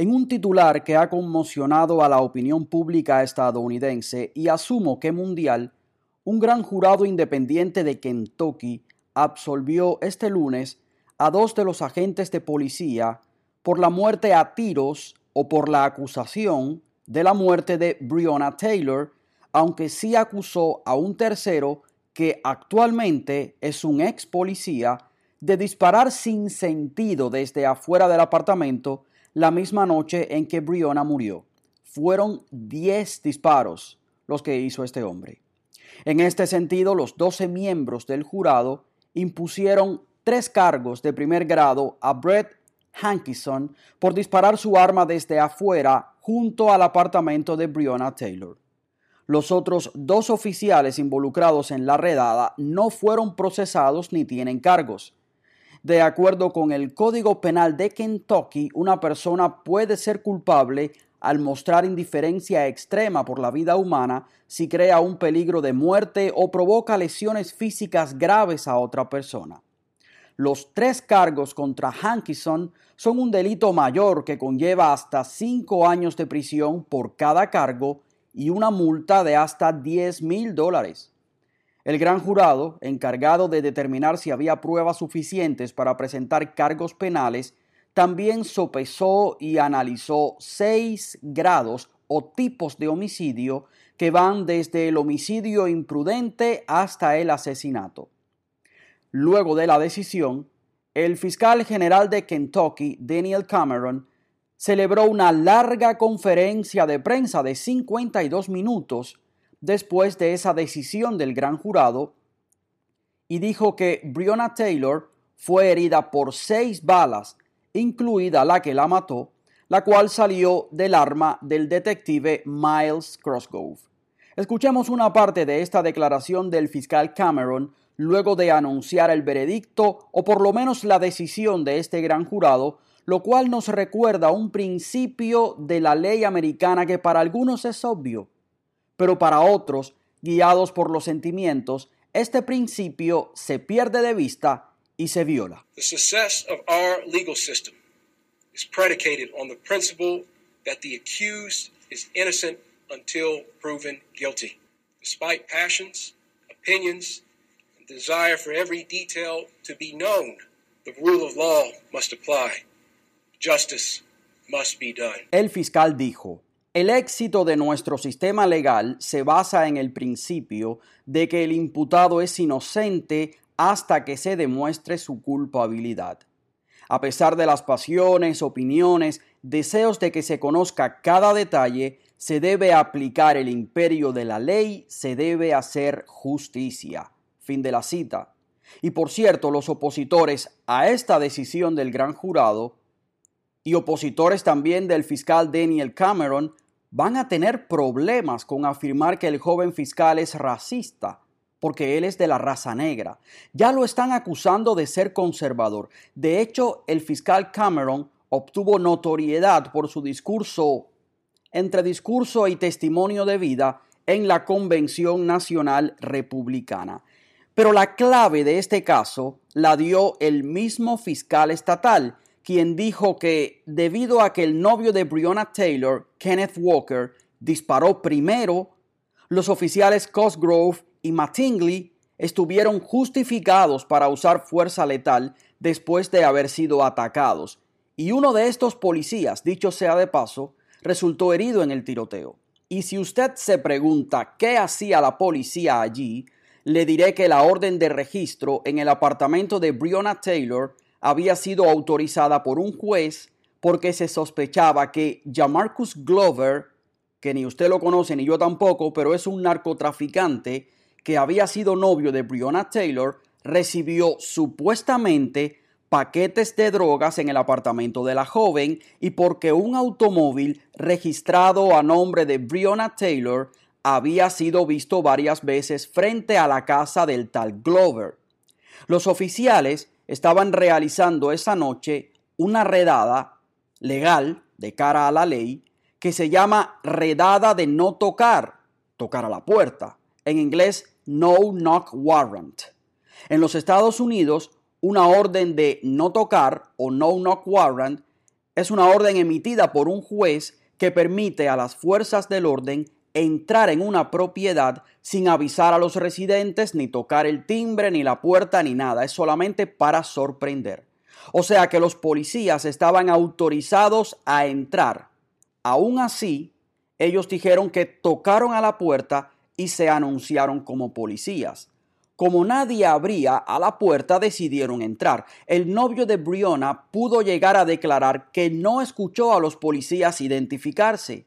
En un titular que ha conmocionado a la opinión pública estadounidense y asumo que mundial, un gran jurado independiente de Kentucky absolvió este lunes a dos de los agentes de policía por la muerte a tiros o por la acusación de la muerte de Breonna Taylor, aunque sí acusó a un tercero que actualmente es un ex policía de disparar sin sentido desde afuera del apartamento la misma noche en que Breonna murió. Fueron 10 disparos los que hizo este hombre. En este sentido, los 12 miembros del jurado impusieron 3 cargos de primer grado a Brett Hankison por disparar su arma desde afuera junto al apartamento de Breonna Taylor. Los otros 2 oficiales involucrados en la redada no fueron procesados ni tienen cargos. De acuerdo con el Código Penal de Kentucky, una persona puede ser culpable al mostrar indiferencia extrema por la vida humana si crea un peligro de muerte o provoca lesiones físicas graves a otra persona. Los 3 cargos contra Hankison son un delito mayor que conlleva hasta 5 años de prisión por cada cargo y una multa de hasta $10,000. El gran jurado, encargado de determinar si había pruebas suficientes para presentar cargos penales, también sopesó y analizó 6 grados o tipos de homicidio que van desde el homicidio imprudente hasta el asesinato. Luego de la decisión, el fiscal general de Kentucky, Daniel Cameron, celebró una larga conferencia de prensa de 52 minutos después de esa decisión del gran jurado y dijo que Breonna Taylor fue herida por 6 balas, incluida la que la mató, la cual salió del arma del detective Miles Crossgrove. Escuchemos una parte de esta declaración del fiscal Cameron luego de anunciar el veredicto o por lo menos la decisión de este gran jurado, lo cual nos recuerda un principio de la ley americana que para algunos es obvio, pero para otros, guiados por los sentimientos, este principio se pierde de vista y se viola. The success of our legal system is predicated on the principle that the accused is innocent until proven guilty. Despite passions, opinions, and desire for every detail to be known, the rule of law must apply. Justice must be done. El fiscal dijo: el éxito de nuestro sistema legal se basa en el principio de que el imputado es inocente hasta que se demuestre su culpabilidad. A pesar de las pasiones, opiniones, deseos de que se conozca cada detalle, se debe aplicar el imperio de la ley, se debe hacer justicia. Fin de la cita. Y por cierto, los opositores a esta decisión del gran jurado y opositores también del fiscal Daniel Cameron van a tener problemas con afirmar que el joven fiscal es racista, porque él es de la raza negra. Ya lo están acusando de ser conservador. De hecho, el fiscal Cameron obtuvo notoriedad por su discurso, entre discurso y testimonio de vida, en la Convención Nacional Republicana. Pero la clave de este caso la dio el mismo fiscal estatal, quien dijo que debido a que el novio de Breonna Taylor, Kenneth Walker, disparó primero, los oficiales Cosgrove y Mattingly estuvieron justificados para usar fuerza letal después de haber sido atacados. Y uno de estos policías, dicho sea de paso, resultó herido en el tiroteo. Y si usted se pregunta qué hacía la policía allí, le diré que la orden de registro en el apartamento de Breonna Taylor había sido autorizada por un juez porque se sospechaba que Jamarcus Glover, que ni usted lo conoce ni yo tampoco, pero es un narcotraficante que había sido novio de Breonna Taylor, recibió supuestamente paquetes de drogas en el apartamento de la joven y porque un automóvil registrado a nombre de Breonna Taylor había sido visto varias veces frente a la casa del tal Glover. Los oficiales estaban realizando esa noche una redada legal de cara a la ley que se llama redada de no tocar a la puerta, en inglés no knock warrant. En los Estados Unidos, una orden de no tocar o no knock warrant Es una orden emitida por un juez que permite a las fuerzas del orden entrar en una propiedad sin avisar a los residentes, ni tocar el timbre, ni la puerta, ni nada. Es solamente para sorprender. O sea que los policías estaban autorizados a entrar. Aún así, ellos dijeron que tocaron a la puerta y se anunciaron como policías. Como nadie abría a la puerta, decidieron entrar. El novio de Breonna pudo llegar a declarar que no escuchó a los policías identificarse.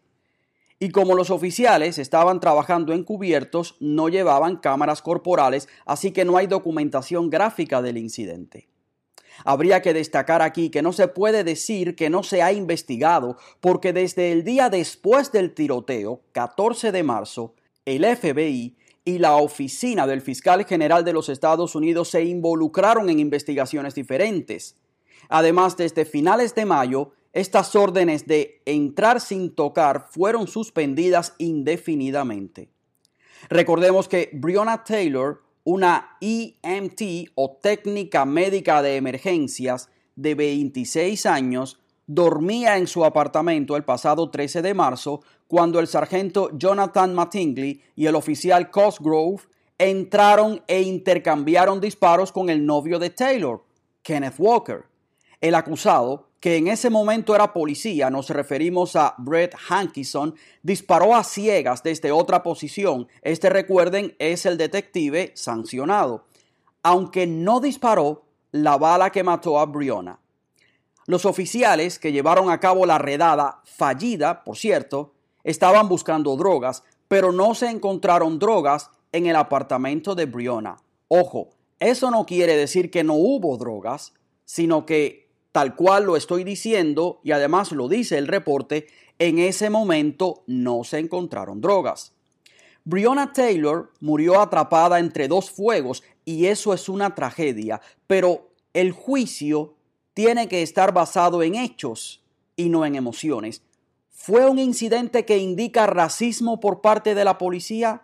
Y como los oficiales estaban trabajando encubiertos, no llevaban cámaras corporales, así que no hay documentación gráfica del incidente. Habría que destacar aquí que no se puede decir que no se ha investigado, porque desde el día después del tiroteo, 14 de marzo, el FBI y la Oficina del Fiscal General de los Estados Unidos se involucraron en investigaciones diferentes. Además, desde finales de mayo, estas órdenes de entrar sin tocar fueron suspendidas indefinidamente. Recordemos que Breonna Taylor, una EMT o técnica médica de emergencias de 26 años, dormía en su apartamento el pasado 13 de marzo cuando el sargento Jonathan Mattingly y el oficial Cosgrove entraron e intercambiaron disparos con el novio de Taylor, Kenneth Walker. El acusado, que en ese momento era policía, nos referimos a Brett Hankison, disparó a ciegas desde otra posición. Recuerden, es el detective sancionado. Aunque no disparó la bala que mató a Breonna. Los oficiales que llevaron a cabo la redada, fallida, por cierto, estaban buscando drogas, pero no se encontraron drogas en el apartamento de Breonna. Ojo, eso no quiere decir que no hubo drogas, sino que, tal cual lo estoy diciendo, y además lo dice el reporte, en ese momento no se encontraron drogas. Breonna Taylor murió atrapada entre dos fuegos y eso es una tragedia, pero el juicio tiene que estar basado en hechos y no en emociones. ¿Fue un incidente que indica racismo por parte de la policía?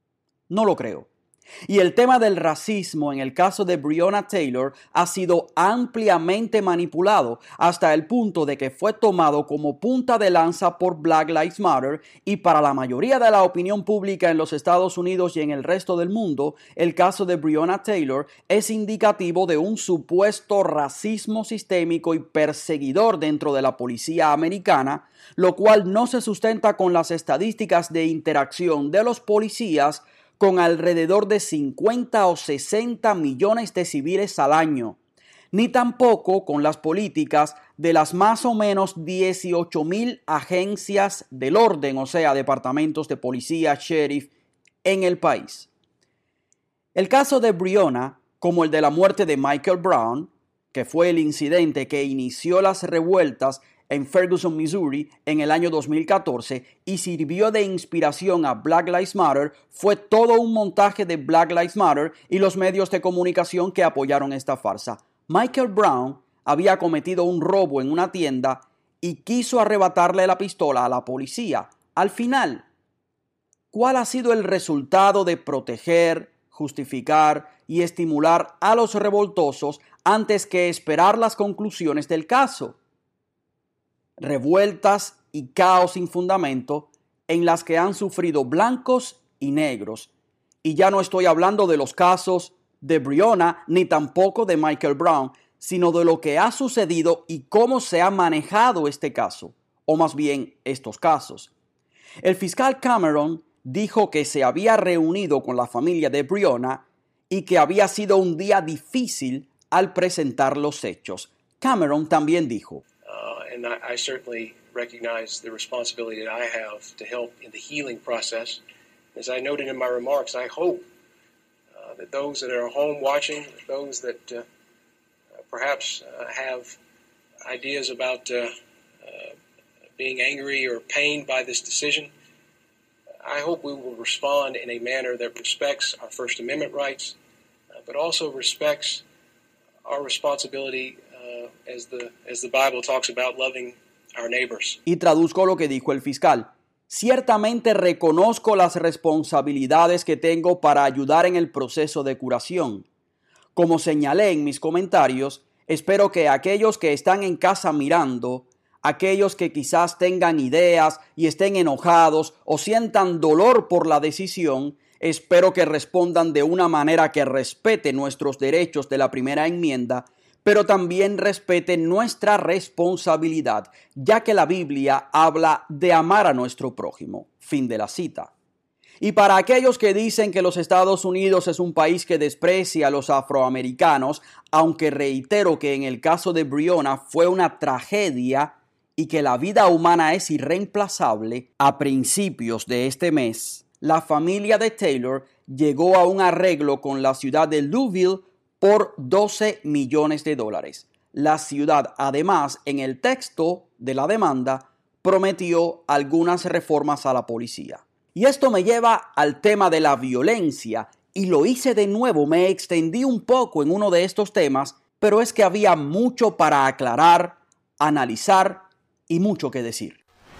No lo creo. Y el tema del racismo en el caso de Breonna Taylor ha sido ampliamente manipulado hasta el punto de que fue tomado como punta de lanza por Black Lives Matter y para la mayoría de la opinión pública en los Estados Unidos y en el resto del mundo, el caso de Breonna Taylor es indicativo de un supuesto racismo sistémico y perseguidor dentro de la policía americana, lo cual no se sustenta con las estadísticas de interacción de los policías con alrededor de 50 o 60 millones de civiles al año, ni tampoco con las políticas de las más o menos 18,000 agencias del orden, o sea, departamentos de policía, sheriff, en el país. El caso de Breonna, como el de la muerte de Michael Brown, que fue el incidente que inició las revueltas en Ferguson, Missouri, en el año 2014 y sirvió de inspiración a Black Lives Matter, fue todo un montaje de Black Lives Matter y los medios de comunicación que apoyaron esta farsa. Michael Brown había cometido un robo en una tienda y quiso arrebatarle la pistola a la policía. Al final, ¿cuál ha sido el resultado de proteger, justificar y estimular a los revoltosos antes que esperar las conclusiones del caso? Revueltas y caos sin fundamento en las que han sufrido blancos y negros. Y ya no estoy hablando de los casos de Breonna ni tampoco de Michael Brown, sino de lo que ha sucedido y cómo se ha manejado este caso, o más bien estos casos. El fiscal Cameron dijo que se había reunido con la familia de Breonna y que había sido un día difícil al presentar los hechos. Cameron también dijo: And I certainly recognize the responsibility that I have to help in the healing process. As I noted in my remarks, I hope that those that are home watching, those that perhaps have ideas about being angry or pained by this decision, I hope we will respond in a manner that respects our First Amendment rights, but also respects our responsibility as the Bible talks about loving our neighbors. Y traduzco lo que dijo el fiscal. Ciertamente reconozco las responsabilidades que tengo para ayudar en el proceso de curación. Como señalé en mis comentarios, espero que aquellos que están en casa mirando Aquellos que quizás tengan ideas y estén enojados o sientan dolor por la decisión, espero que respondan de una manera que respete nuestros derechos de la primera enmienda, pero también respete nuestra responsabilidad, ya que la Biblia habla de amar a nuestro prójimo. Fin de la cita. Y para aquellos que dicen que los Estados Unidos es un país que desprecia a los afroamericanos, aunque reitero que en el caso de Breonna fue una tragedia y que la vida humana es irreemplazable, a principios de este mes, la familia de Taylor llegó a un arreglo con la ciudad de Louisville por $12 millones. La ciudad, además, en el texto de la demanda, prometió algunas reformas a la policía. Y esto me lleva al tema de la violencia, y lo hice de nuevo, me extendí un poco en uno de estos temas, pero es que había mucho para aclarar, analizar y mucho que decir.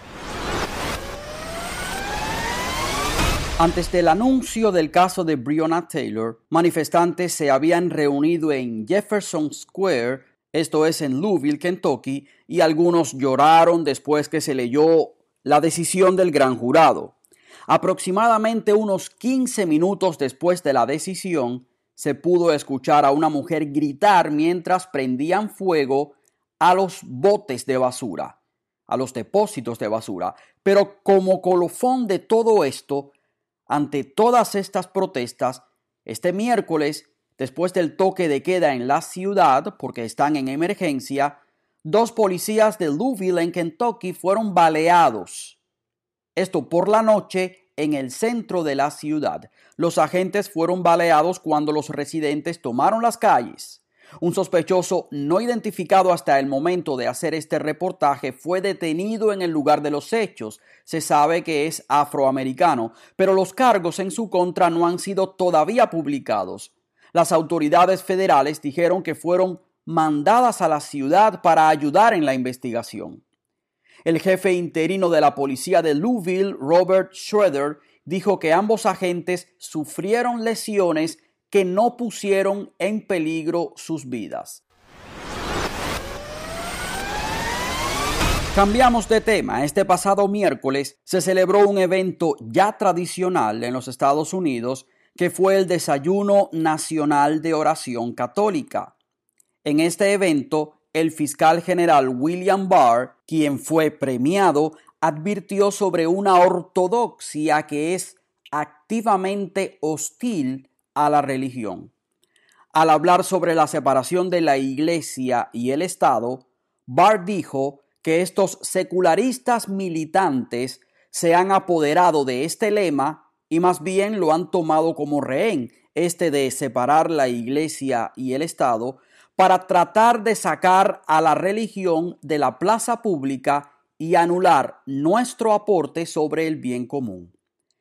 Antes del anuncio del caso de Breonna Taylor, manifestantes se habían reunido en Jefferson Square, esto es en Louisville, Kentucky, y algunos lloraron después que se leyó la decisión del gran jurado. Aproximadamente unos 15 minutos después de la decisión, se pudo escuchar a una mujer gritar mientras prendían fuego a los botes de basura, a los depósitos de basura. Pero como colofón de todo esto, ante todas estas protestas, este miércoles, después del toque de queda en la ciudad, porque están en emergencia, 2 policías de Louisville en Kentucky fueron baleados. Esto por la noche en el centro de la ciudad. Los agentes fueron baleados cuando los residentes tomaron las calles. Un sospechoso no identificado hasta el momento de hacer este reportaje fue detenido en el lugar de los hechos. Se sabe que es afroamericano, pero los cargos en su contra no han sido todavía publicados. Las autoridades federales dijeron que fueron mandadas a la ciudad para ayudar en la investigación. El jefe interino de la policía de Louisville, Robert Schroeder, dijo que ambos agentes sufrieron lesiones que no pusieron en peligro sus vidas. Cambiamos de tema. Este pasado miércoles se celebró un evento ya tradicional en los Estados Unidos, que fue el Desayuno Nacional de Oración Católica. En este evento, el fiscal general William Barr, quien fue premiado, advirtió sobre una ortodoxia que es activamente hostil a la religión. Al hablar sobre la separación de la Iglesia y el Estado, Barr dijo que estos secularistas militantes se han apoderado de este lema y más bien lo han tomado como rehén, este de separar la Iglesia y el Estado, para tratar de sacar a la religión de la plaza pública y anular nuestro aporte sobre el bien común.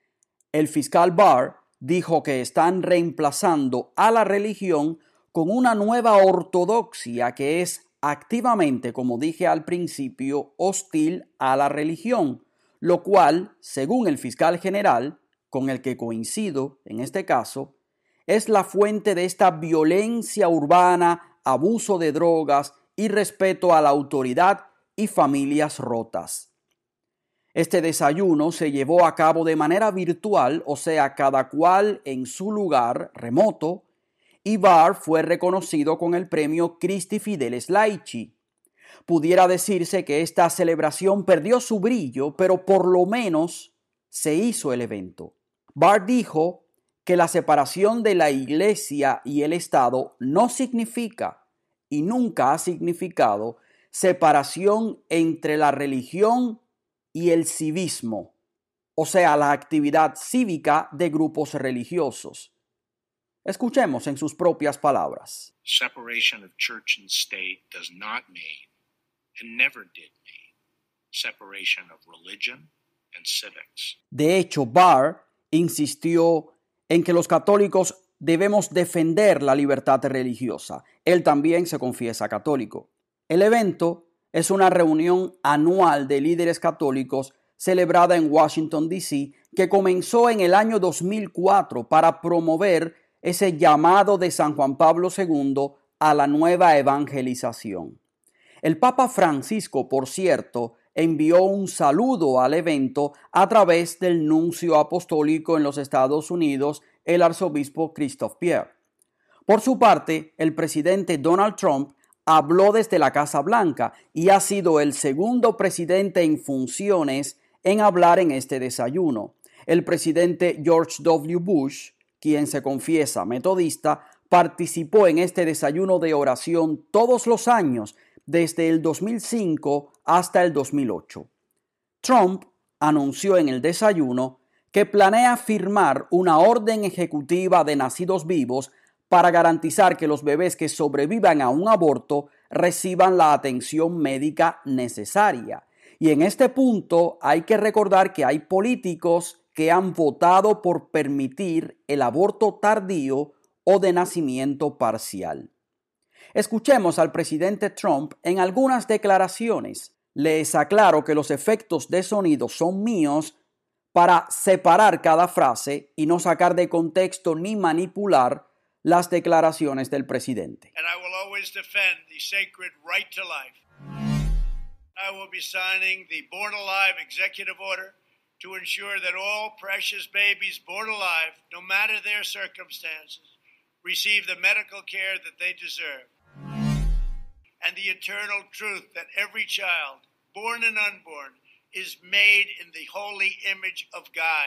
El fiscal Barr dijo que están reemplazando a la religión con una nueva ortodoxia que es activamente, como dije al principio, hostil a la religión, lo cual, según el fiscal general, con el que coincido en este caso, es la fuente de esta violencia urbana, abuso de drogas, irrespeto a la autoridad y familias rotas. Este desayuno se llevó a cabo de manera virtual, o sea, cada cual en su lugar remoto, y Barr fue reconocido con el premio Christi Fideles Laici. Pudiera decirse que esta celebración perdió su brillo, pero por lo menos se hizo el evento. Barr dijo que la separación de la Iglesia y el Estado no significa y nunca ha significado separación entre la religión y el civismo, o sea, la actividad cívica de grupos religiosos. Escuchemos en sus propias palabras. Separation of church and state does not mean, and never did mean, separation of religion and civics. De hecho, Barr insistió en que los católicos debemos defender la libertad religiosa. Él también se confiesa católico. El evento es una reunión anual de líderes católicos celebrada en Washington, D.C., que comenzó en el año 2004 para promover ese llamado de San Juan Pablo II a la nueva evangelización. El Papa Francisco, por cierto, envió un saludo al evento a través del nuncio apostólico en los Estados Unidos, el arzobispo Christophe Pierre. Por su parte, el presidente Donald Trump habló desde la Casa Blanca y ha sido el segundo presidente en funciones en hablar en este desayuno. El presidente George W. Bush, quien se confiesa metodista, participó en este desayuno de oración todos los años, desde el 2005 hasta el 2008. Trump anunció en el desayuno que planea firmar una orden ejecutiva de nacidos vivos para garantizar que los bebés que sobrevivan a un aborto reciban la atención médica necesaria. Y en este punto hay que recordar que hay políticos que han votado por permitir el aborto tardío o de nacimiento parcial. Escuchemos al presidente Trump en algunas declaraciones. Les aclaro que los efectos de sonido son míos para separar cada frase y no sacar de contexto ni manipular las declaraciones del presidente. And I will always defend the sacred right to life. I will be signing the Born Alive executive order to ensure that all precious babies born alive, no matter their circumstances, receive the medical care that they deserve. And the eternal truth that every child, born and unborn, is made in the holy image of God.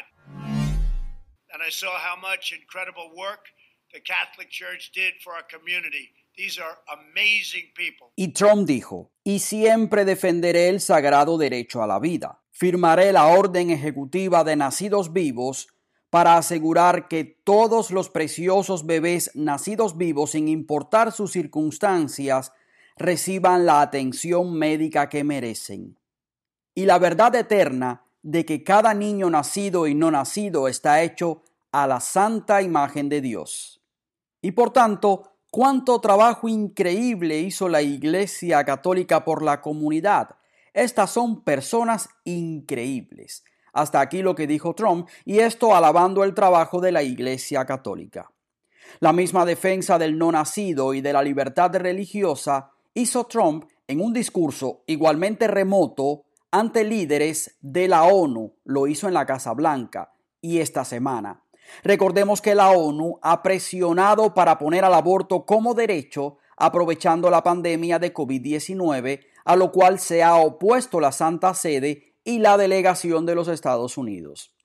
And I saw how much incredible work the Catholic Church did for our community. These are amazing people. Y Trump dijo, y siempre defenderé el sagrado derecho a la vida. Firmaré la orden ejecutiva de nacidos vivos para asegurar que todos los preciosos bebés nacidos vivos, sin importar sus circunstancias, reciban la atención médica que merecen. Y la verdad eterna de que cada niño nacido y no nacido está hecho a la santa imagen de Dios. Y por tanto, cuánto trabajo increíble hizo la Iglesia Católica por la comunidad. Estas son personas increíbles. Hasta aquí lo que dijo Trump, y esto alabando el trabajo de la Iglesia Católica. La misma defensa del no nacido y de la libertad religiosa hizo Trump en un discurso igualmente remoto ante líderes de la ONU. Lo hizo en la Casa Blanca y esta semana. Recordemos que la ONU ha presionado para poner al aborto como derecho, aprovechando la pandemia de COVID-19, a lo cual se ha opuesto la Santa Sede y la delegación de los Estados Unidos.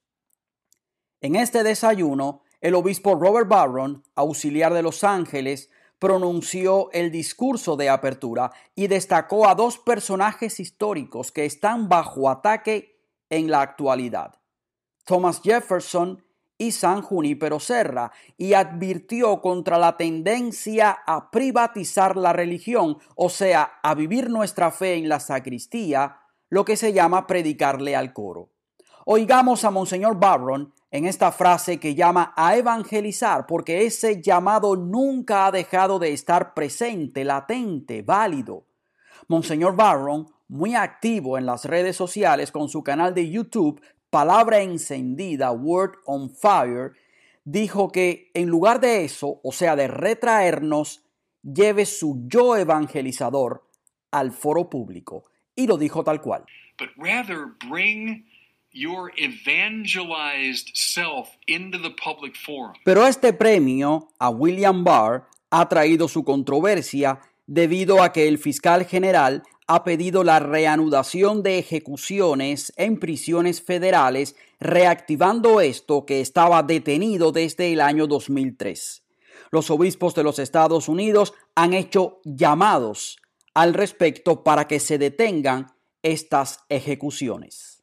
En este desayuno, el obispo Robert Barron, auxiliar de Los Ángeles, pronunció el discurso de apertura y destacó a dos personajes históricos que están bajo ataque en la actualidad: Thomas Jefferson y San Junípero Serra, y advirtió contra la tendencia a privatizar la religión, o sea, a vivir nuestra fe en la sacristía, lo que se llama predicarle al coro. Oigamos a Monseñor Barron en esta frase que llama a evangelizar, porque ese llamado nunca ha dejado de estar presente, latente, válido. Monseñor Barron, muy activo en las redes sociales con su canal de YouTube, Palabra Encendida, Word on Fire, dijo que en lugar de eso, o sea, de retraernos, lleve su yo evangelizador al foro público. Y lo dijo tal cual. But rather bring your evangelized self into the public forum. Pero este premio a William Barr ha traído su controversia debido a que el fiscal general ha pedido la reanudación de ejecuciones en prisiones federales, reactivando esto que estaba detenido desde el año 2003. Los obispos de los Estados Unidos han hecho llamados al respecto para que se detengan estas ejecuciones.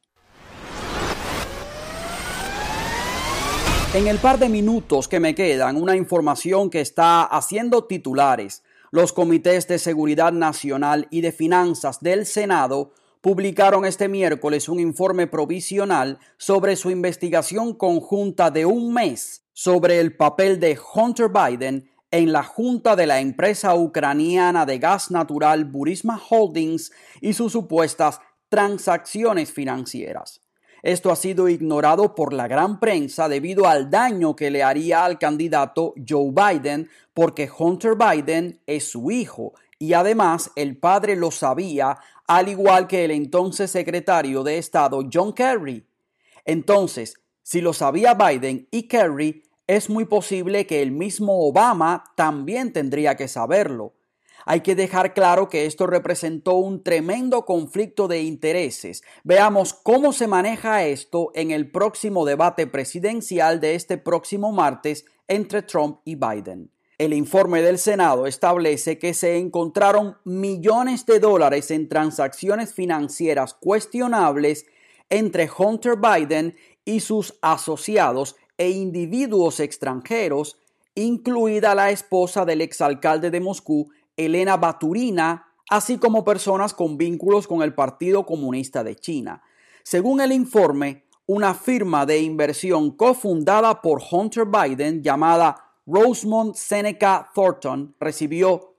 En el par de minutos que me quedan, una información que está haciendo titulares. Los comités de seguridad nacional y de finanzas del Senado publicaron este miércoles un informe provisional sobre su investigación conjunta de un mes sobre el papel de Hunter Biden en la junta de la empresa ucraniana de gas natural Burisma Holdings y sus supuestas transacciones financieras. Esto ha sido ignorado por la gran prensa debido al daño que le haría al candidato Joe Biden, porque Hunter Biden es su hijo Y además el padre lo sabía, al igual que el entonces secretario de Estado John Kerry. Entonces, si lo sabía Biden y Kerry, es muy posible que el mismo Obama también tendría que saberlo. Hay que dejar claro que esto representó un tremendo conflicto de intereses. Veamos cómo se maneja esto en el próximo debate presidencial de este próximo martes entre Trump y Biden. El informe del Senado establece que se encontraron millones de dólares en transacciones financieras cuestionables entre Hunter Biden y sus asociados e individuos extranjeros, incluida la esposa del exalcalde de Moscú, Elena Baturina, así como personas con vínculos con el Partido Comunista de China. Según el informe, una firma de inversión cofundada por Hunter Biden llamada Rosemont Seneca Thornton recibió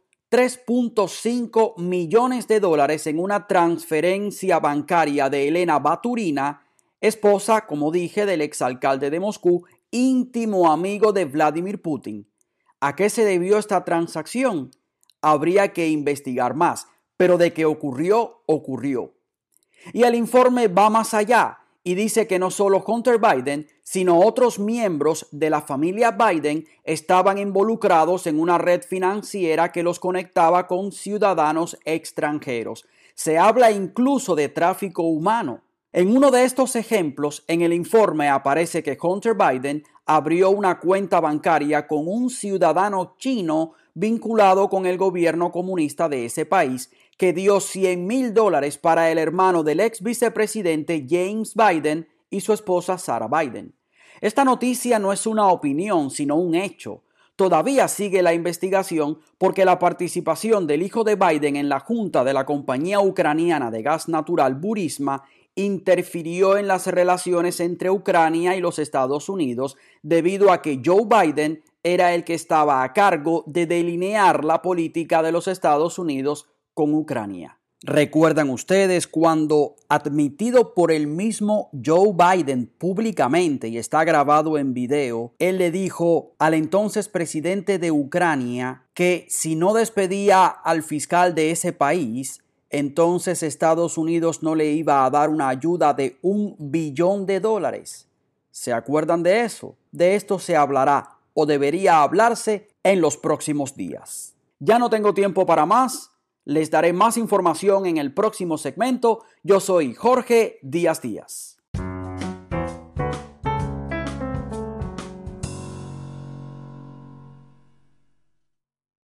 $3.5 millones en una transferencia bancaria de Elena Baturina, esposa, como dije, del exalcalde de Moscú, íntimo amigo de Vladimir Putin. ¿A qué se debió esta transacción? Habría que investigar más, pero de que ocurrió, ocurrió. Y el informe va más allá y dice que no solo Hunter Biden, sino otros miembros de la familia Biden estaban involucrados en una red financiera que los conectaba con ciudadanos extranjeros. Se habla incluso de tráfico humano. En uno de estos ejemplos, en el informe aparece que Hunter Biden abrió una cuenta bancaria con un ciudadano chino vinculado con el gobierno comunista de ese país, que dio $100,000 para el hermano del ex vicepresidente James Biden y su esposa Sarah Biden. Esta noticia no es una opinión, sino un hecho. Todavía sigue la investigación porque la participación del hijo de Biden en la junta de la compañía ucraniana de gas natural Burisma interfirió en las relaciones entre Ucrania y los Estados Unidos debido a que Joe Biden era el que estaba a cargo de delinear la política de los Estados Unidos con Ucrania. ¿Recuerdan ustedes cuando, admitido por el mismo Joe Biden públicamente y está grabado en video, él le dijo al entonces presidente de Ucrania que si no despedía al fiscal de ese país, entonces Estados Unidos no le iba a dar una ayuda de $1 billón? ¿Se acuerdan de eso? De esto se hablará o debería hablarse en los próximos días. Ya no tengo tiempo para más. Les daré más información en el próximo segmento. Yo soy Jorge Díaz Díaz.